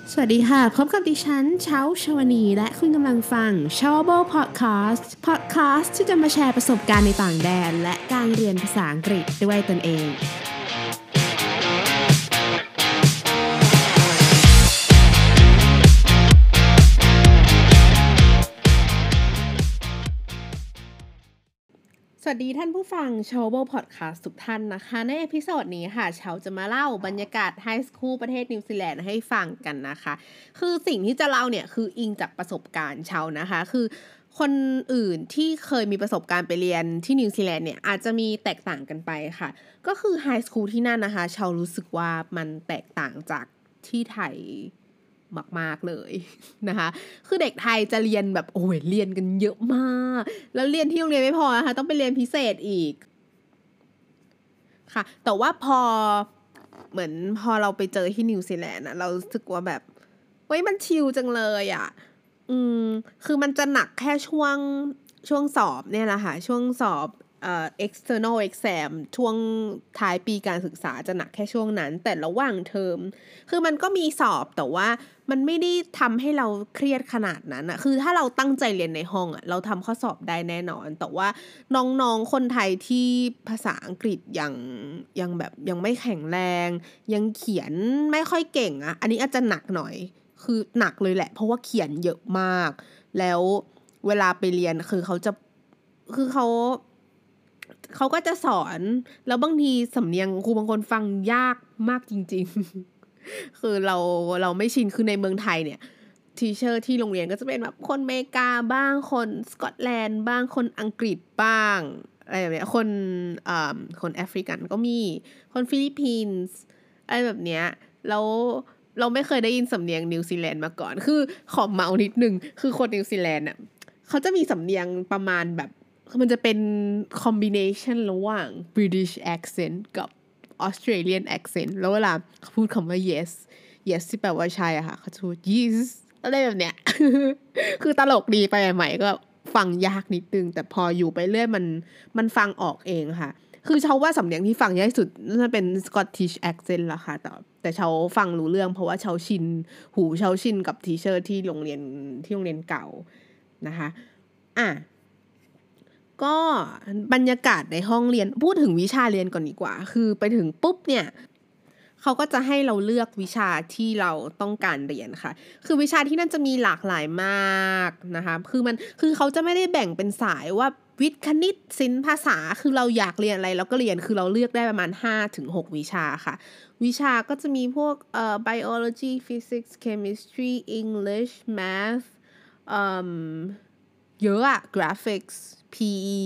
สวัสดีค่ะพบกับดิฉันเช้าชวนีและคุณกำลังฟัง Chowable Podcast ที่จะมาแชร์ประสบการณ์ในต่างแดนและการเรียนภาษาอังกฤษด้วยตนเองสวัสดีท่านผู้ฟัง Chowable Podcast ทุกท่านนะคะในเอพิโซดนี้ค่ะเชาจะมาเล่าบรรยากาศไฮสคูลประเทศนิวซีแลนด์ให้ฟังกันนะคะคือสิ่งที่จะเล่าเนี่ยคืออิงจากประสบการณ์เชานะคะคือคนอื่นที่เคยมีประสบการณ์ไปเรียนที่นิวซีแลนด์เนี่ยอาจจะมีแตกต่างกันไปค่ะก็คือไฮสคูลที่นั่นนะคะเชารู้สึกว่ามันแตกต่างจากที่ไทยมากๆเลยนะคะคือเด็กไทยจะเรียนแบบโอ้ยเรียนกันเยอะมากแล้วเรียนที่โรงเรียนไม่พอนะคะต้องไปเรียนพิเศษอีกค่ะแต่ว่าเหมือนพอเราไปเจอที่นิวซีแลนด์นะเรารู้สึกว่าแบบเฮ้ยมันชิลจังเลยอ่ะคือมันจะหนักแค่ช่วงสอบเนี่ยแหละค่ะช่วงสอบexternal exam ช่วงท้ายปีการศึกษาจะหนักแค่ช่วงนั้นแต่ระหว่างเทอมคือมันก็มีสอบแต่ว่ามันไม่ได้ทำให้เราเครียดขนาดนั้นอะคือถ้าเราตั้งใจเรียนในห้องอะเราทำข้อสอบได้แน่นอนแต่ว่าน้องๆคนไทยที่ภาษาอังกฤษยังแบบยังไม่แข็งแรงยังเขียนไม่ค่อยเก่งอะอันนี้อาจจะหนักหน่อยคือหนักเลยแหละเพราะว่าเขียนเยอะมากแล้วเวลาไปเรียนคือเขาก็จะสอนแล้วบางทีสำเนียงครูบางคนฟังยากมากจริงๆ คือเราไม่ชินคือในเมืองไทยเนี่ยทีเชอร์ที่โรงเรียนก็จะเป็นแบบคนอเมริกาบ้างคนสกอตแลนด์บ้างคนอังกฤษบ้างอะไรแบบเนี้ยคนแอฟริกันก็มีคนฟิลิปปินส์อะไรแบบเนี้ยแล้วเราไม่เคยได้ยินสำเนียงนิวซีแลนด์มาก่อนคือขอเมานิดนึงคือคนนิวซีแลนด์น่ะเขาจะมีสำเนียงประมาณแบบมันจะเป็น combination ระหว่าง British accent กับ Australian accent แล้วเวลาเขาพูดคำว่า yes ที่แปลว่าใช่อะค่ะเขาจะพูด yes อะไรแบบเนี้ย คือตลกดีไปใหม่ๆก็ฟังยากนิดนึงแต่พออยู่ไปเรื่อยมันฟังออกเองค่ะคือเชาว่าสำเนียงที่ฟังยากที่สุดน่าจะเป็น Scottish accent ละค่ะแต่เชาฟังรู้เรื่องเพราะว่าเชาชินกับทีเชอร์ที่โรงเรียนเก่านะคะก็บรรยากาศในห้องเรียนพูดถึงวิชาเรียนก่อนดีกว่าคือไปถึงปุ๊บเนี่ยเขาก็จะให้เราเลือกวิชาที่เราต้องการเรียนค่ะคือวิชาที่นั่นจะมีหลากหลายมากนะคะคือเขาจะไม่ได้แบ่งเป็นสายว่าวิทย์คณิตศิลป์ภาษาคือเราอยากเรียนอะไรเราก็เรียนคือเราเลือกได้ประมาณ 5-6 วิชาค่ะวิชาก็จะมีพวกbiology physics chemistry English math เอ่อเยอะอะ graphics PE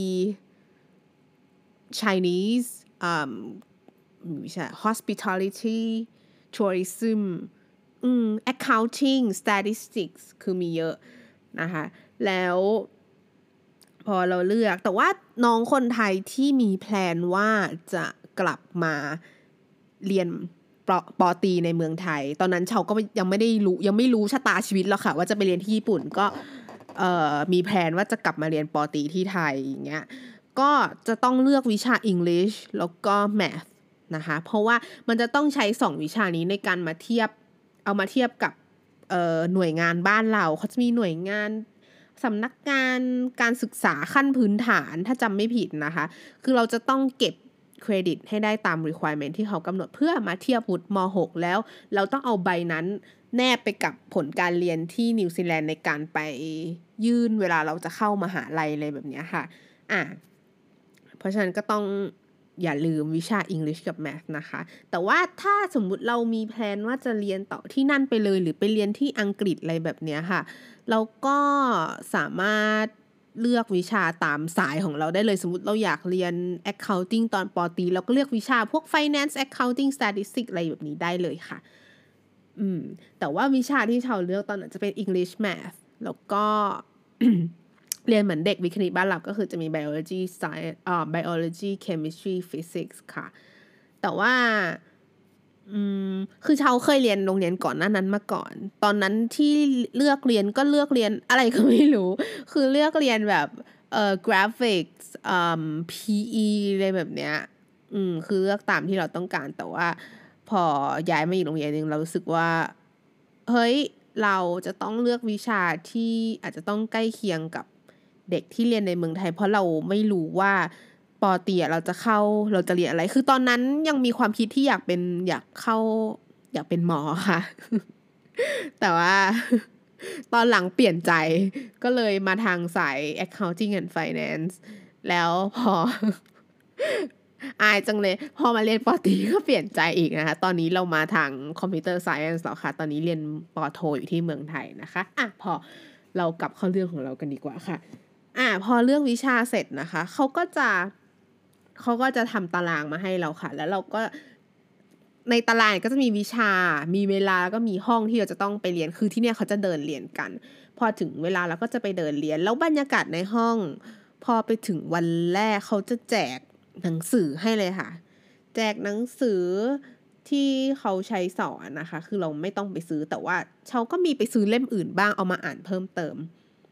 Chinese วิชา hospitality tourism accounting statistics คือมีเยอะนะคะแล้วพอเราเลือกแต่ว่าน้องคนไทยที่มีแพลนว่าจะกลับมาเรียนป.ตรีในเมืองไทยตอนนั้นเชาก็ยังไม่รู้ชะตาชีวิตแล้วค่ะว่าจะไปเรียนที่ญี่ปุ่นก็มีแพลนว่าจะกลับมาเรียนป.ตรีที่ไทยอย่างเงี้ยก็จะต้องเลือกวิชา English แล้วก็ Math นะคะเพราะว่ามันจะต้องใช้2วิชานี้ในการมาเทียบกับหน่วยงานบ้านเราเขาจะมีหน่วยงานสำนักงานการศึกษาขั้นพื้นฐานถ้าจำไม่ผิดนะคะคือเราจะต้องเก็บเครดิตให้ได้ตาม requirement ที่เขากำหนดเพื่อมาเทียบวุฒิม.6 แล้วเราต้องเอาใบนั้นแนบไปกับผลการเรียนที่นิวซีแลนด์ในการไปยื่นเวลาเราจะเข้ามหาลัยอะไรแบบนี้ค่ะเพราะฉะนั้นก็ต้องอย่าลืมวิชา English กับ Math นะคะแต่ว่าถ้าสมมุติเรามีแพลนว่าจะเรียนต่อที่นั่นไปเลยหรือไปเรียนที่อังกฤษอะไรแบบนี้ค่ะเราก็สามารถเลือกวิชาตามสายของเราได้เลยสมมุติเราอยากเรียน accounting ตอนป.ตรีเราก็เลือกวิชาพวก finance accounting statistics อะไรแบบนี้ได้เลยค่ะแต่ว่าวิชาที่เราเลือกตอนนั้นจะเป็น English Math แล้วก็ เรียนเหมือนเด็กวิทย์คณิตบ้านเราก็คือจะมี biology science biology chemistry physics ค่ะแต่ว่าคือเชาเคยเรียนโรงเรียนก่อนหน้านั้นมาก่อนตอนนั้นที่เลือกเรียนอะไรก็ไม่รู้คือเลือกเรียนแบบgraphics PE อะไรแบบเนี้ยคือเลือกตามที่เราต้องการแต่ว่าพอย้ายมาอีกโรงเรียนนึงเรารู้สึกว่าเฮ้ยเราจะต้องเลือกวิชาที่อาจจะต้องใกล้เคียงกับเด็กที่เรียนในเมืองไทยเพราะเราไม่รู้ว่าปอตีเราจะเรียนอะไรคือตอนนั้นยังมีความคิดที่อยากเป็นหมอค่ะ แต่ว่า ตอนหลังเปลี่ยนใจก็เลยมาทางสาย accounting and finance แล้วพอ อายจังเลยพอมาเรียนปอตรีก็เปลี่ยนใจอีกนะคะตอนนี้เรามาทาง computer science แล้วค่ะตอนนี้เรียนปอโทอยู่ที่เมืองไทยนะคะพอเรากลับเข้าเรื่องของเรากันดีกว่าค่ะพอเรื่องวิชาเสร็จนะคะเขาก็จะทำตารางมาให้เราค่ะแล้วเราก็ในตารางก็จะมีวิชามีเวลาแล้วก็มีห้องที่เราจะต้องไปเรียนคือที่เนี่ยเขาจะเดินเรียนกันพอถึงเวลาเราก็จะไปเดินเรียนแล้วบรรยากาศในห้องพอไปถึงวันแรกเขาจะแจกหนังสือให้เลยค่ะแจกหนังสือที่เขาใช้สอนนะคะคือเราไม่ต้องไปซื้อแต่ว่าเขาก็มีไปซื้อเล่มอื่นบ้างเอามาอ่านเพิ่มเติม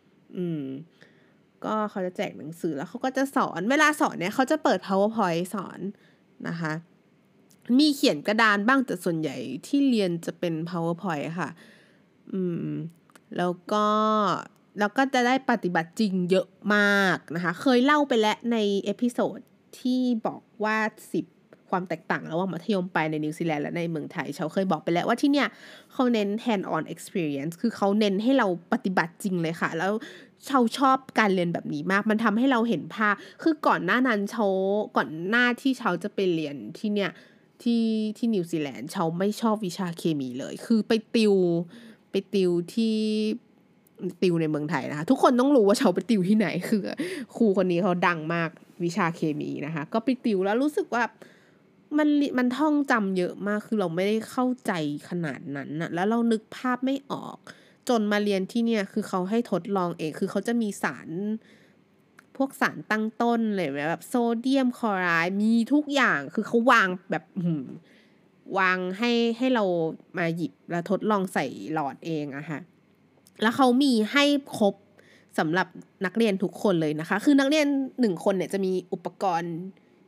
ก็เขาจะแจกหนังสือแล้วเขาก็จะสอนเวลาสอนเนี่ยเขาจะเปิด PowerPoint สอนนะคะมีเขียนกระดานบ้างแต่ส่วนใหญ่ที่เรียนจะเป็น PowerPoint ค่ะแล้วก็จะได้ปฏิบัติจริงเยอะมากนะคะเคยเล่าไปแล้วในเอพิโซดที่บอกว่า10ความแตกต่างระหว่างมัธยมปลายในนิวซีแลนด์และในเมืองไทยเขาเคยบอกไปแล้วว่าที่เนี่ยเขาเน้น hand on experience คือเขาเน้นให้เราปฏิบัติจริงเลยค่ะแล้วเขาชอบการเรียนแบบนี้มากมันทำให้เราเห็นภาพคือก่อนหน้าที่เขาจะไปเรียนที่เนี่ยที่นิวซีแลนด์เขาไม่ชอบวิชาเคมีเลยคือไปติวที่ติวในเมืองไทยนะคะทุกคนต้องรู้ว่าเขาไปติวที่ไหนคือครูคนนี้เขาดังมากวิชาเคมีนะคะก็ไปติวแล้วรู้สึกว่ามันท่องจำเยอะมากคือเราไม่ได้เข้าใจขนาดนั้นน่ะแล้วเรานึกภาพไม่ออกจนมาเรียนที่เนี่ยคือเขาให้ทดลองเองคือเขาจะมีพวกสารตั้งต้นเลยแบบโซเดียมคลอไรด์มีทุกอย่างคือเขาวางแบบวางให้เรามาหยิบแล้วทดลองใส่หลอดเองอะค่ะแล้วเขามีให้ครบสำหรับนักเรียนทุกคนเลยนะคะคือนักเรียน1คนเนี่ยจะมีอุปกรณ์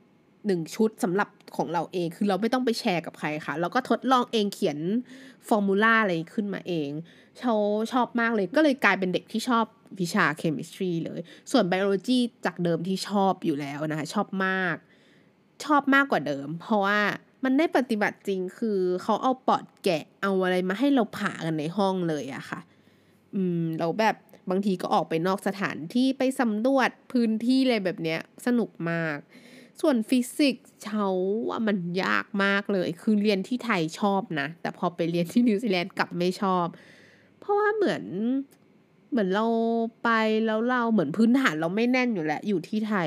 1ชุดสำหรับของเราเองคือเราไม่ต้องไปแชร์กับใครค่ะแล้วก็ทดลองเองเขียนฟอร์มูลาอะไรขึ้นมาเองชอบมากเลยก็เลยกลายเป็นเด็กที่ชอบวิชา chemistry เลยส่วน biology จากเดิมที่ชอบอยู่แล้วนะคะชอบมากกว่าเดิมเพราะว่ามันได้ปฏิบัติจริงคือเขาเอาปอดแกะเอาอะไรมาให้เราผ่ากันในห้องเลยอะค่ะเราแบบบางทีก็ออกไปนอกสถานที่ไปสำรวจพื้นที่อะไรแบบเนี้ยสนุกมากส่วนฟิสิกส์ว่ามันยากมากเลยคือเรียนที่ไทยชอบนะแต่พอไปเรียนที่นิวซีแลนด์กลับไม่ชอบเพราะว่าเหมือนเราไปแล้วเราเหมือนพื้นฐานเราไม่แน่นอยู่แล้วอยู่ที่ไทย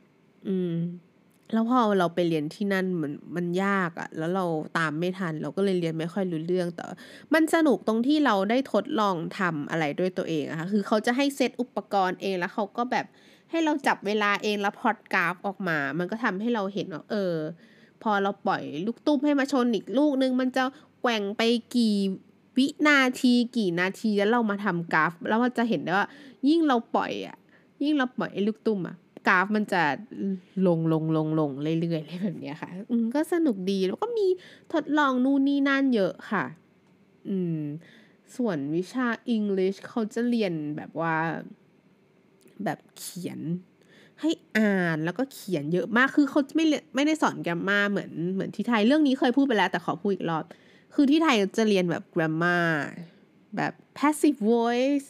แล้วพอเราไปเรียนที่นั่นมันยากอะแล้วเราตามไม่ทันเราก็เลยเรียนไม่ค่อยรู้เรื่องแต่มันสนุกตรงที่เราได้ทดลองทำอะไรด้วยตัวเองอะค่ะคือเขาจะให้เซตอุปกรณ์เองแล้วเขาก็แบบให้เราจับเวลาเองแล้วพล็อตกราฟออกมามันก็ทำให้เราเห็นว่าพอเราปล่อยลูกตุ้มให้มาชนอีกลูกนึงมันจะแกว่งไปกี่วินาทีกี่นาทีแล้วเรามาทำกราฟแล้วมันจะเห็นได้ว่ายิ่งเราปล่อยไอ้ลูกตุ้มอะกราฟมันจะลงเรื่อยๆอะไรแบบเนี้ยค่ะก็สนุกดีแล้วก็มีทดลองนู่นนี่นั่นเยอะค่ะส่วนวิชา English เขาจะเรียนแบบว่าแบบเขียนให้อ่านแล้วก็เขียนเยอะมากคือเขาไม่ได้สอนแกรมมาเหมือนที่ไทยเรื่องนี้เคยพูดไปแล้วแต่ขอพูดอีกรอบคือที่ไทยจะเรียนแบบแกรมมาแบบ passive voice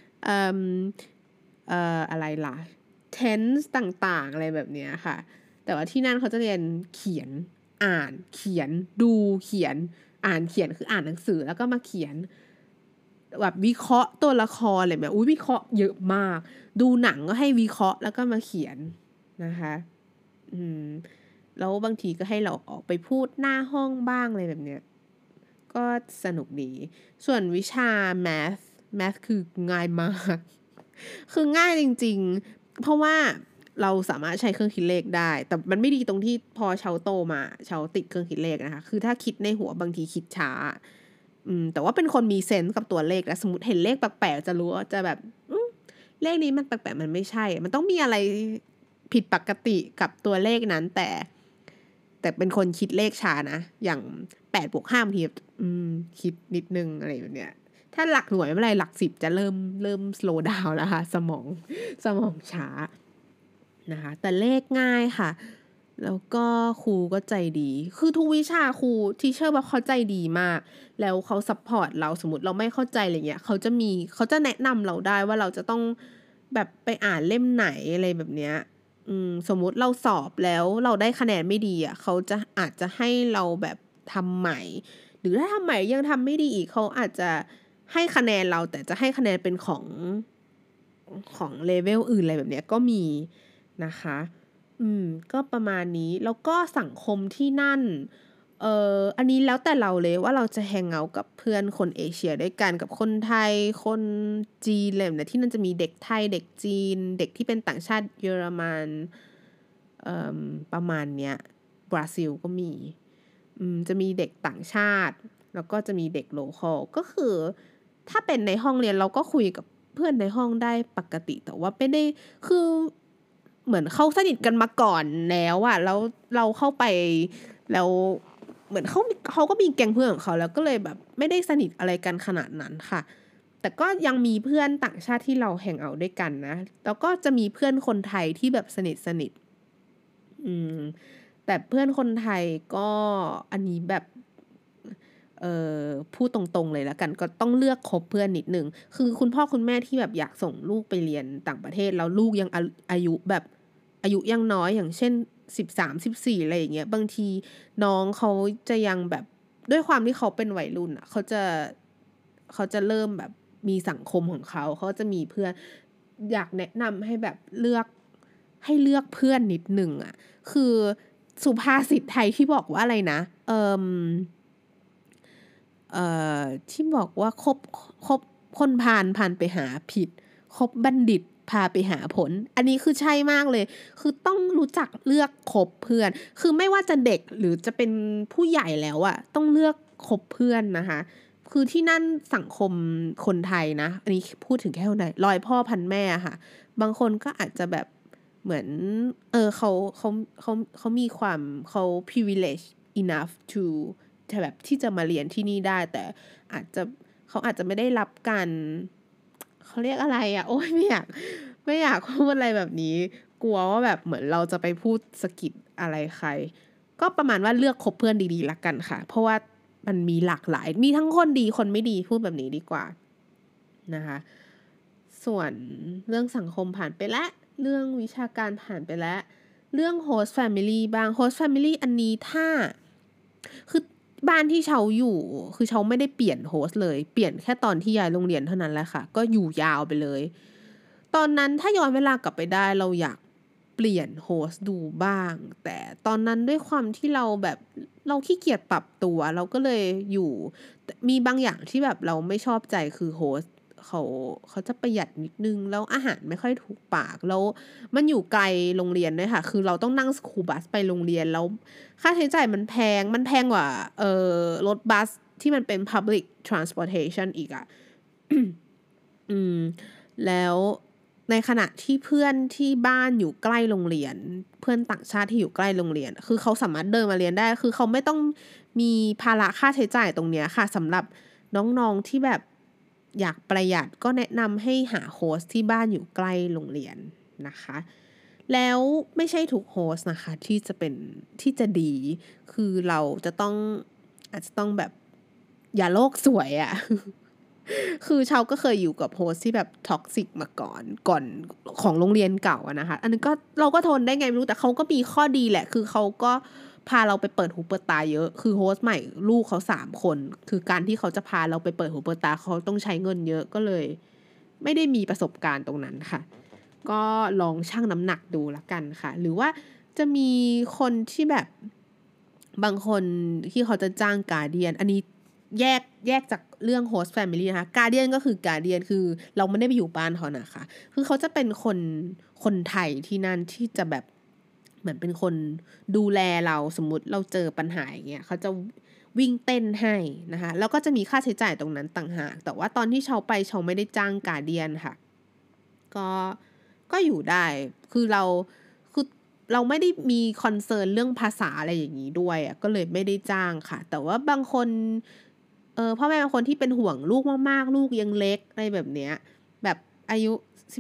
อะไรล่ะ tense ต่างๆอะไรแบบเนี้ยค่ะแต่ว่าที่นั่นเขาจะเรียนเขียนอ่านเขียนดูเขียนอ่านเขียนคืออ่านหนังสือแล้วก็มาเขียนแบบวิเคราะห์ตัวละครอะไรแบบวิเคราะห์เยอะมากดูหนังก็ให้วิเคราะห์แล้วก็มาเขียนนะคะแล้วบางทีก็ให้เราออกไปพูดหน้าห้องบ้างอะไรแบบเนี้ยก็สนุกดีส่วนวิชา math คือง่ายมากคือง่ายจริงๆเพราะว่าเราสามารถใช้เครื่องคิดเลขได้แต่มันไม่ดีตรงที่พอเชาโตมาเชาติดเครื่องคิดเลขนะคะคือถ้าคิดในหัวบางทีคิดช้าแต่ว่าเป็นคนมีเซนส์กับตัวเลขแล้วสมมติเห็นเลขแปลกๆจะรู้จะแบบเลขนี้มันแปลกๆมันไม่ใช่มันต้องมีอะไรผิดปกติกับตัวเลขนั้นแต่แต่เป็นคนคิดเลขช้านะอย่าง8 บวก 5บางทีคิดนิดนึงอะไรแบบเนี้ยถ้าหลักหน่วยไม่เป็นไรหลัก10จะเริ่ม slow down แล้วค่ะสมองช้านะคะแต่เลขง่ายค่ะแล้วก็ครูก็ใจดีคือทุกวิชาครูทีเชอร์แบบเขาใจดีมากแล้วเขาซัพพอร์ตเราสมมติเราไม่เข้าใจอะไรเงี้ยเขาจะแนะนำเราได้ว่าเราจะต้องแบบไปอ่านเล่มไหนอะไรแบบเนี้ยสมมุติเราสอบแล้วเราได้คะแนนไม่ดีอ่ะเขาจะอาจจะให้เราแบบทำใหม่หรือถ้าทำใหม่ยังทำไม่ดีอีกเขาอาจจะให้คะแนนเราแต่จะให้คะแนนเป็นของเลเวลอื่นอะไรแบบเนี้ยก็มีนะคะก็ประมาณนี้แล้วก็สังคมที่นั่นอันนี้แล้วแต่เราเลยว่าเราจะแฮงเอาท์กับเพื่อนคนเอเชียด้วยกันกับคนไทยคนจีนอะไรแบบนี้ที่นั่นจะมีเด็กไทยเด็กจีนเด็กที่เป็นต่างชาติเยอรมันประมาณเนี้ยบราซิลก็มีจะมีเด็กต่างชาติแล้วก็จะมีเด็กโลคอลก็คือถ้าเป็นในห้องเรียนเราก็คุยกับเพื่อนในห้องได้ปกติแต่ว่าไม่ได้คือเหมือนเขาสนิทกันมาก่อนแล้วอะแล้วเราเข้าไปแล้วเหมือนเขาก็มีแก๊งเพื่อนของเขาแล้วก็เลยแบบไม่ได้สนิทอะไรกันขนาดนั้นค่ะแต่ก็ยังมีเพื่อนต่างชาติที่เราแฮงเอาท์ด้วยกันนะแล้วก็จะมีเพื่อนคนไทยที่แบบสนิทแต่เพื่อนคนไทยก็อันนี้แบบพูดตรงๆเลยแล้วกันก็ต้องเลือกคบเพื่อนนิดนึงคือคุณพ่อคุณแม่ที่แบบอยากส่งลูกไปเรียนต่างประเทศแล้วลูกยังอายุยังน้อยอย่างเช่น13-14อะไรอย่างเงี้ยบางทีน้องเขาจะยังแบบด้วยความที่เขาเป็นวัยรุ่นอ่ะเขาจะเริ่มแบบมีสังคมของเขาจะมีเพื่อนอยากแนะนำให้แบบเลือกเพื่อนนิดนึงอ่ะคือสุภาษิตไทยที่บอกว่าอะไรนะที่บอกว่าคบคนพาลไปหาผิดคบบัณฑิตพาไปหาผลอันนี้คือใช่มากเลยคือต้องรู้จักเลือกคบเพื่อนคือไม่ว่าจะเด็กหรือจะเป็นผู้ใหญ่แล้วอะต้องเลือกคบเพื่อนนะคะคือที่นั่นสังคมคนไทยนะอันนี้พูดถึงแค่คนไทยร้อยพ่อพันแม่ค่ะบางคนก็อาจจะแบบเหมือนเขามีความเขา privilege enough toแบบที่จะมาเรียนที่นี่ได้แต่เขาอาจจะไม่ได้รับการเขาเรียกอะไรโอ้ยไม่อยากพูดอะไรแบบนี้กลัวว่าแบบเหมือนเราจะไปพูดสกิปอะไรใครก็ประมาณว่าเลือกคบเพื่อนดีๆละกันค่ะเพราะว่ามันมีหลากหลายมีทั้งคนดีคนไม่ดีพูดแบบนี้ดีกว่านะคะส่วนเรื่องสังคมผ่านไปแล้วเรื่องวิชาการผ่านไปแล้วเรื่อง host family บ้าง host family อันนี้ถ้าคือบ้านที่เชาอยู่คือเชาไม่ได้เปลี่ยนโฮสต์เลยเปลี่ยนแค่ตอนที่ย้ายโรงเรียนเท่านั้นแหละค่ะก็อยู่ยาวไปเลยตอนนั้นถ้าย้อนเวลากลับไปได้เราอยากเปลี่ยนโฮสต์ดูบ้างแต่ตอนนั้นด้วยความที่เราแบบเราขี้เกียจปรับตัวเราก็เลยอยู่มีบางอย่างที่แบบเราไม่ชอบใจคือโฮสต์เขาจะประหยัดนิดนึงแล้วอาหารไม่ค่อยถูกปากแล้วมันอยู่ไกลโรงเรียนด้วยค่ะคือเราต้องนั่งสคูลบัสไปโรงเรียนแล้วค่าใช้จ่ายมันแพงกว่ารถบัสที่มันเป็น public transportation อีกแล้วในขณะที่เพื่อนที่บ้านอยู่ใกล้โรงเรียนเพื่อนต่างชาติที่อยู่ใกล้โรงเรียนคือเขาสามารถเดินมาเรียนได้คือเขาไม่ต้องมีภาระค่าใช้จ่ายตรงเนี้ยค่ะสำหรับน้องๆที่แบบอยากประหยัดก็แนะนำให้หาโฮสต์ที่บ้านอยู่ใกล้โรงเรียนนะคะแล้วไม่ใช่ทุกโฮสต์นะคะที่จะดีคือเราอาจจะต้องแบบอย่าโลกสวยคือเชาก็เคยอยู่กับโฮสที่แบบท็อกซิกมาก่อนของโรงเรียนเก่านะคะอันนี้ก็เราก็ทนได้ไงไม่รู้แต่เขาก็มีข้อดีแหละคือเขาก็พาเราไปเปิดหูเปิดตาเยอะคือโฮสใหม่ลูกเขา3 คนคือการที่เขาจะพาเราไปเปิดหูเปิดตาเขาต้องใช้เงินเยอะก็เลยไม่ได้มีประสบการณ์ตรงนั้นค่ะก็ลองชั่งน้ำหนักดูละกันค่ะหรือว่าจะมีคนที่แบบบางคนที่เขาจะจ้างการ์เดียนอันนี้แยกจากเรื่อง host family นะคะการ์เดียนก็คือการ์เดียนคือเราไม่ได้ไปอยู่บ้านเขานะคะคือเขาจะเป็นคนไทยที่นั่นที่จะแบบเหมือนเป็นคนดูแลเราสมมุติเราเจอปัญหาอย่างเงี้ยเขาจะวิ่งเต้นให้นะคะแล้วก็จะมีค่าใช้จ่ายตรงนั้นต่างหากแต่ว่าตอนที่เชาไม่ได้จ้างการ์เดียนค่ะก็อยู่ได้คือเราไม่ได้มีคอนเซิร์นเรื่องภาษาอะไรอย่างนี้ด้วยก็เลยไม่ได้จ้างค่ะแต่ว่าบางคนพ่อแม่บางคนที่เป็นห่วงลูกมากๆลูกยังเล็กอะไรแบบเนี้ยแบบอายุ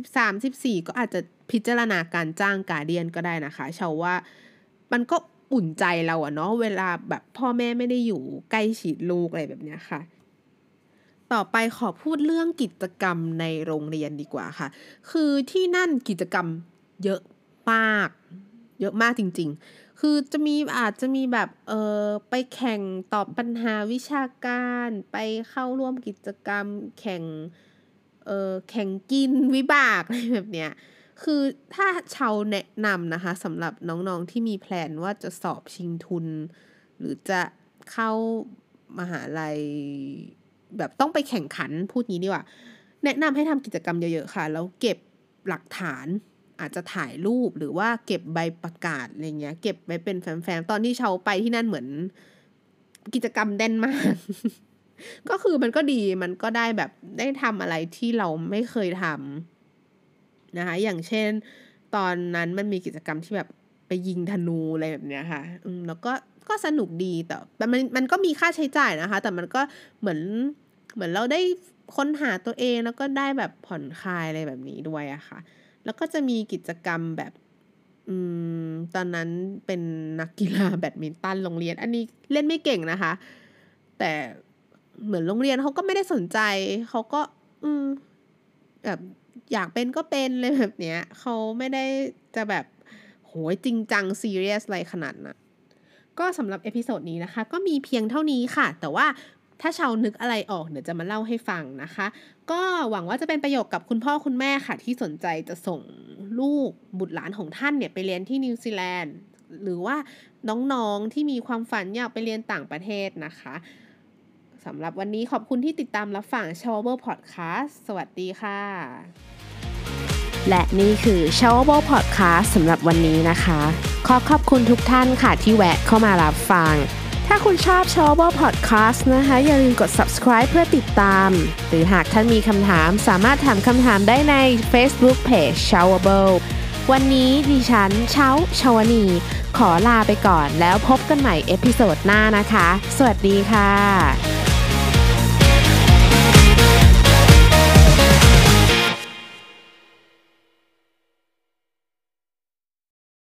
13-14ก็อาจจะพิจารณาการจ้างการ์เดียนก็ได้นะคะเชื่อว่ามันก็อุ่นใจเราเนาะเวลาแบบพ่อแม่ไม่ได้อยู่ใกล้ชิดลูกอะไรแบบเนี้ยค่ะต่อไปขอพูดเรื่องกิจกรรมในโรงเรียนดีกว่าค่ะคือที่นั่นกิจกรรมเยอะมากจริงๆคืออาจจะมีแบบไปแข่งตอบปัญหาวิชาการไปเข้าร่วมกิจกรรมแข่งกินวิบากอะไรแบบเนี้ยคือถ้าเชาแนะนำนะคะสำหรับน้องๆที่มีแพลนว่าจะสอบชิงทุนหรือจะเข้ามหาลัยแบบต้องไปแข่งขันพูดงี้ดีกว่าแนะนำให้ทำกิจกรรมเยอะๆค่ะแล้วเก็บหลักฐานอาจจะถ่ายรูปหรือว่าเก็บใบประกาศอะไรเงี้ยเก็บไว้เป็นแฟ้มๆตอนที่เชาไปที่นั่นเหมือนกิจกรรมแน่นมาก ก็คือมันก็ดีมันก็ได้แบบได้ทำอะไรที่เราไม่เคยทำนะคะอย่างเช่นตอนนั้นมันมีกิจกรรมที่แบบไปยิงธนูอะไรแบบเนี้ยค่ะแล้วก็สนุกดีแต่มันก็มีค่าใช้จ่ายนะคะแต่มันก็เหมือนเราได้ค้นหาตัวเองแล้วก็ได้แบบผ่อนคลายอะไรแบบนี้ด้วยอะค่ะแล้วก็จะมีกิจกรรมแบบตอนนั้นเป็นนักกีฬาแบดมินตันโรงเรียนอันนี้เล่นไม่เก่งนะคะแต่เหมือนโรงเรียนเขาก็ไม่ได้สนใจเขาก็แบบอยากเป็นก็เป็นเลยแบบเนี้ยเขาไม่ได้จะแบบโหยจริงจังซีเรียสอะไรขนาดนั้นก็สำหรับเอพิโซดนี้นะคะก็มีเพียงเท่านี้ค่ะแต่ว่าถ้าชาวนึกอะไรออกเดี๋ยวจะมาเล่าให้ฟังนะคะก็หวังว่าจะเป็นประโยชน์กับคุณพ่อคุณแม่ค่ะที่สนใจจะส่งลูกบุตรหลานของท่านเนี่ยไปเรียนที่นิวซีแลนด์หรือว่าน้องๆที่มีความฝันอยากไปเรียนต่างประเทศนะคะสำหรับวันนี้ขอบคุณที่ติดตามรับฟัง Shower Podcast สวัสดีค่ะและนี่คือ Shower Podcast สำหรับวันนี้นะคะขอบคุณทุกท่านค่ะที่แวะเข้ามารับฟังถ้าคุณชอบ Shower Podcast นะคะอย่าลืมกด subscribe เพื่อติดตามหรือหากท่านมีคำถามสามารถถามคำถามได้ใน Facebook Page Shower วันนี้ดิฉันชาวนีขอลาไปก่อนแล้วพบกันใหม่เอพิโซดหน้านะคะสวัสดีค่ะ